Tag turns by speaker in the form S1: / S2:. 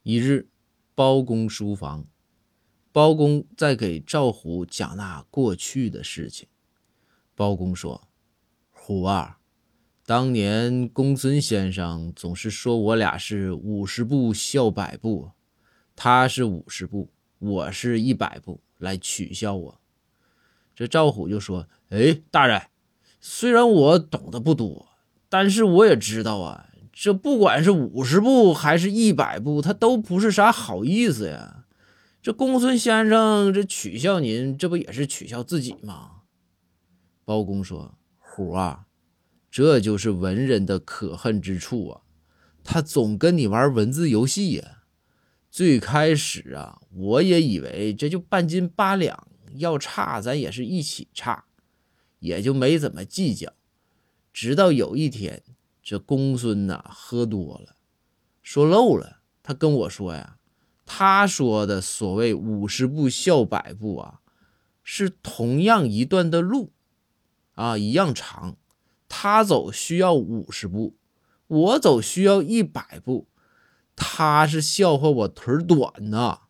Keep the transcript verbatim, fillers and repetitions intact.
S1: 一日，包公书房，包公在给赵虎讲那过去的事情。包公说：虎儿，当年公孙先生总是说我俩是五十步笑百步，他是五十步，我是一百步，来取笑我。这赵虎就说：哎，大人，虽然我懂得不多，但是我也知道啊，这不管是五十步还是一百步，他都不是啥好意思呀。这公孙先生这取笑您，这不也是取笑自己吗？包公说：虎啊，这就是文人的可恨之处啊，他总跟你玩文字游戏呀。最开始啊，我也以为这就半斤八两，要差咱也是一起差，也就没怎么计较。直到有一天，这公孙呐、喝多了，说漏了，他跟我说呀，他说的所谓五十步笑百步啊，是同样一段的路啊，一样长，他走需要五十步，我走需要一百步，他是笑话我腿短呐。